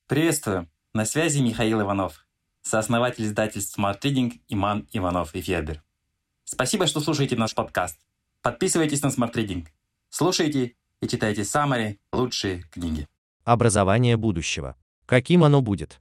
Приветствую! На связи Михаил Иванов, сооснователь издательств Smart Reading Иман Иванов и Федер. Спасибо, что слушаете наш подкаст. Подписывайтесь на Smart Reading. Слушайте и читайте самые лучшие книги. Образование будущего. Каким оно будет?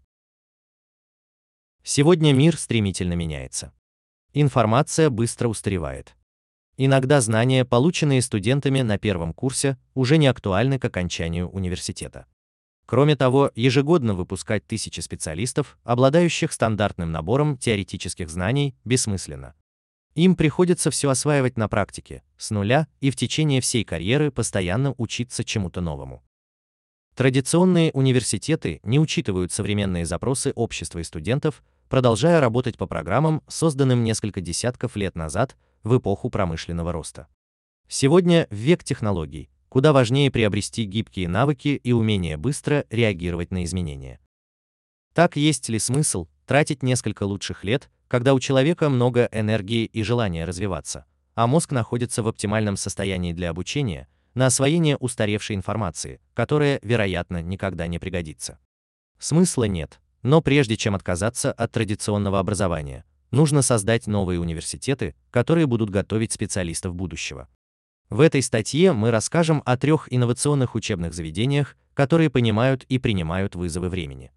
Сегодня мир стремительно меняется. Информация быстро устаревает. Иногда знания, полученные студентами на первом курсе, уже не актуальны к окончанию университета. Кроме того, ежегодно выпускать тысячи специалистов, обладающих стандартным набором теоретических знаний, бессмысленно. Им приходится все осваивать на практике, с нуля, и в течение всей карьеры постоянно учиться чему-то новому. Традиционные университеты не учитывают современные запросы общества и студентов, продолжая работать по программам, созданным несколько десятков лет назад, в эпоху промышленного роста. Сегодня, в век технологий, куда важнее приобрести гибкие навыки и умение быстро реагировать на изменения. Так, есть ли смысл тратить несколько лучших лет, когда у человека много энергии и желания развиваться, а мозг находится в оптимальном состоянии для обучения, на освоение устаревшей информации, которая, вероятно, никогда не пригодится? Смысла нет, но прежде чем отказаться от традиционного образования, нужно создать новые университеты, которые будут готовить специалистов будущего. В этой статье мы расскажем о 3 инновационных учебных заведениях, которые понимают и принимают вызовы времени.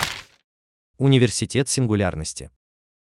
Университет сингулярности.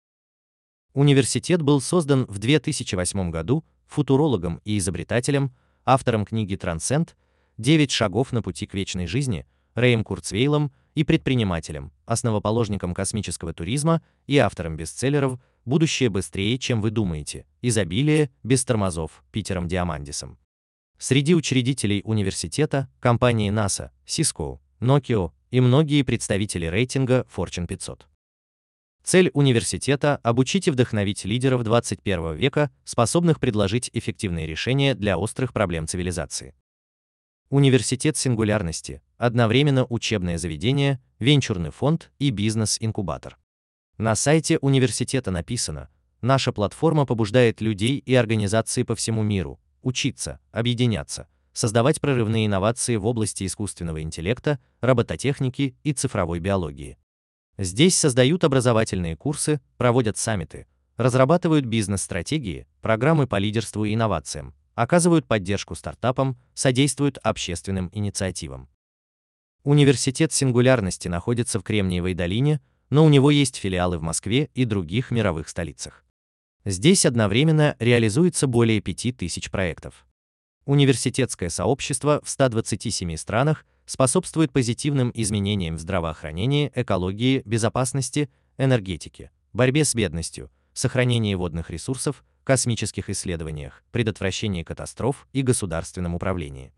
Университет был создан в 2008 году футурологом и изобретателем, автором книги «Трансценд. 9 шагов на пути к вечной жизни» Рэем Курцвейлом и предпринимателем, основоположником космического туризма и автором бестселлеров «Будущее быстрее, чем вы думаете», «Изобилие без тормозов» Питером Диамандисом. Среди учредителей университета компании NASA, Cisco, Nokia и многие представители рейтинга Fortune 500. Цель университета – обучить и вдохновить лидеров 21 века, способных предложить эффективные решения для острых проблем цивилизации. Университет сингулярности – одновременно учебное заведение, венчурный фонд и бизнес-инкубатор. На сайте университета написано: наша платформа побуждает людей и организации по всему миру учиться, объединяться, создавать прорывные инновации в области искусственного интеллекта, робототехники и цифровой биологии. Здесь создают образовательные курсы, проводят саммиты, разрабатывают бизнес-стратегии, программы по лидерству и инновациям, оказывают поддержку стартапам, содействуют общественным инициативам. Университет сингулярности находится в Кремниевой долине, но у него есть филиалы в Москве и других мировых столицах. Здесь одновременно реализуется более 5000 проектов. Университетское сообщество в 127 странах способствует позитивным изменениям в здравоохранении, экологии, безопасности, энергетике, борьбе с бедностью, сохранении водных ресурсов, космических исследованиях, предотвращении катастроф и государственном управлении.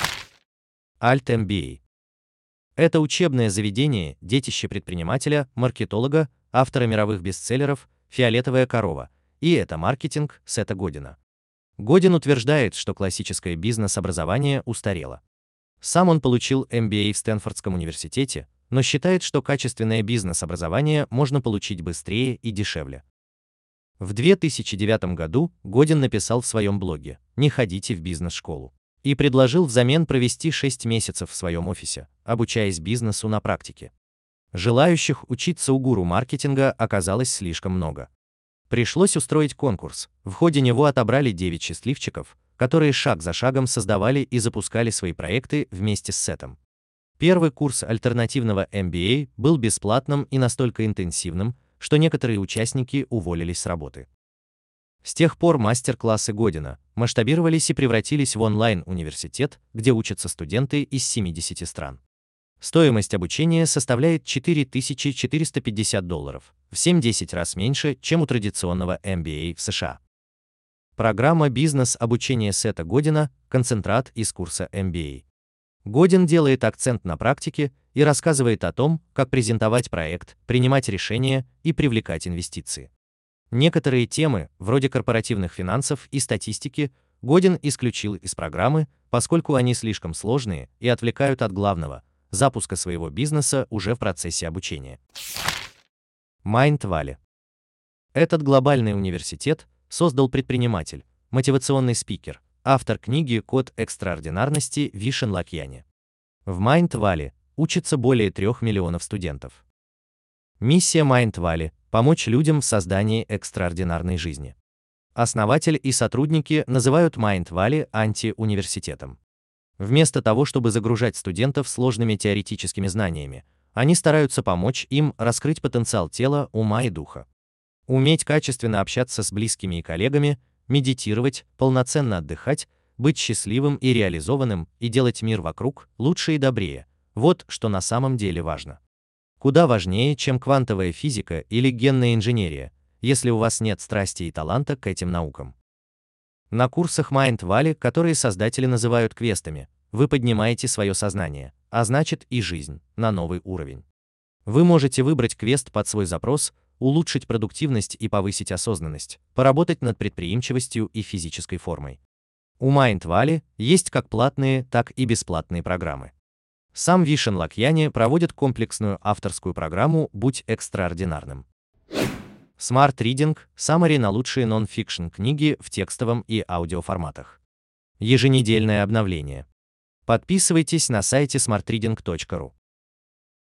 Alt MBA. Это учебное заведение – детище предпринимателя, маркетолога, автора мировых бестселлеров «Фиолетовая корова», и это маркетинг Сета Година. Годин утверждает, что классическое бизнес-образование устарело. Сам он получил MBA в Стэнфордском университете, но считает, что качественное бизнес-образование можно получить быстрее и дешевле. В 2009 году Годин написал в своем блоге «Не ходите в бизнес-школу» и предложил взамен провести 6 месяцев в своем офисе, обучаясь бизнесу на практике. Желающих учиться у гуру маркетинга оказалось слишком много. Пришлось устроить конкурс, в ходе него отобрали 9 счастливчиков, которые шаг за шагом создавали и запускали свои проекты вместе с Сетом. Первый курс альтернативного MBA был бесплатным и настолько интенсивным, что некоторые участники уволились с работы. С тех пор мастер-классы Година масштабировались и превратились в онлайн-университет, где учатся студенты из 70 стран. Стоимость обучения составляет $4450, в 7-10 раз меньше, чем у традиционного MBA в США. Программа бизнес-обучения Сета Година – концентрат из курса MBA. Годин делает акцент на практике и рассказывает о том, как презентовать проект, принимать решения и привлекать инвестиции. Некоторые темы, вроде корпоративных финансов и статистики, Годин исключил из программы, поскольку они слишком сложные и отвлекают от главного – запуска своего бизнеса уже в процессе обучения. Mind Valley. Этот глобальный университет создал предприниматель, мотивационный спикер, автор книги «Код экстраординарности» Вишен Лакьяни. В Mind Valley учатся более 3 миллионов студентов. Миссия Mind Valley – помочь людям в создании экстраординарной жизни. Основатель и сотрудники называют Mind Valley анти-университетом. Вместо того, чтобы загружать студентов сложными теоретическими знаниями, они стараются помочь им раскрыть потенциал тела, ума и духа. Уметь качественно общаться с близкими и коллегами, медитировать, полноценно отдыхать, быть счастливым и реализованным и делать мир вокруг лучше и добрее – вот что на самом деле важно. Куда важнее, чем квантовая физика или генная инженерия, если у вас нет страсти и таланта к этим наукам. На курсах Mind Valley, которые создатели называют квестами, вы поднимаете свое сознание, а значит и жизнь, на новый уровень. Вы можете выбрать квест под свой запрос, улучшить продуктивность и повысить осознанность, поработать над предприимчивостью и физической формой. У Mind Valley есть как платные, так и бесплатные программы. Сам Вишен Лакьяни проводит комплексную авторскую программу «Будь экстраординарным». Smart Reading – Summary на лучшие нон-фикшн книги в текстовом и аудиоформатах. Еженедельное обновление. Подписывайтесь на сайте smartreading.ru.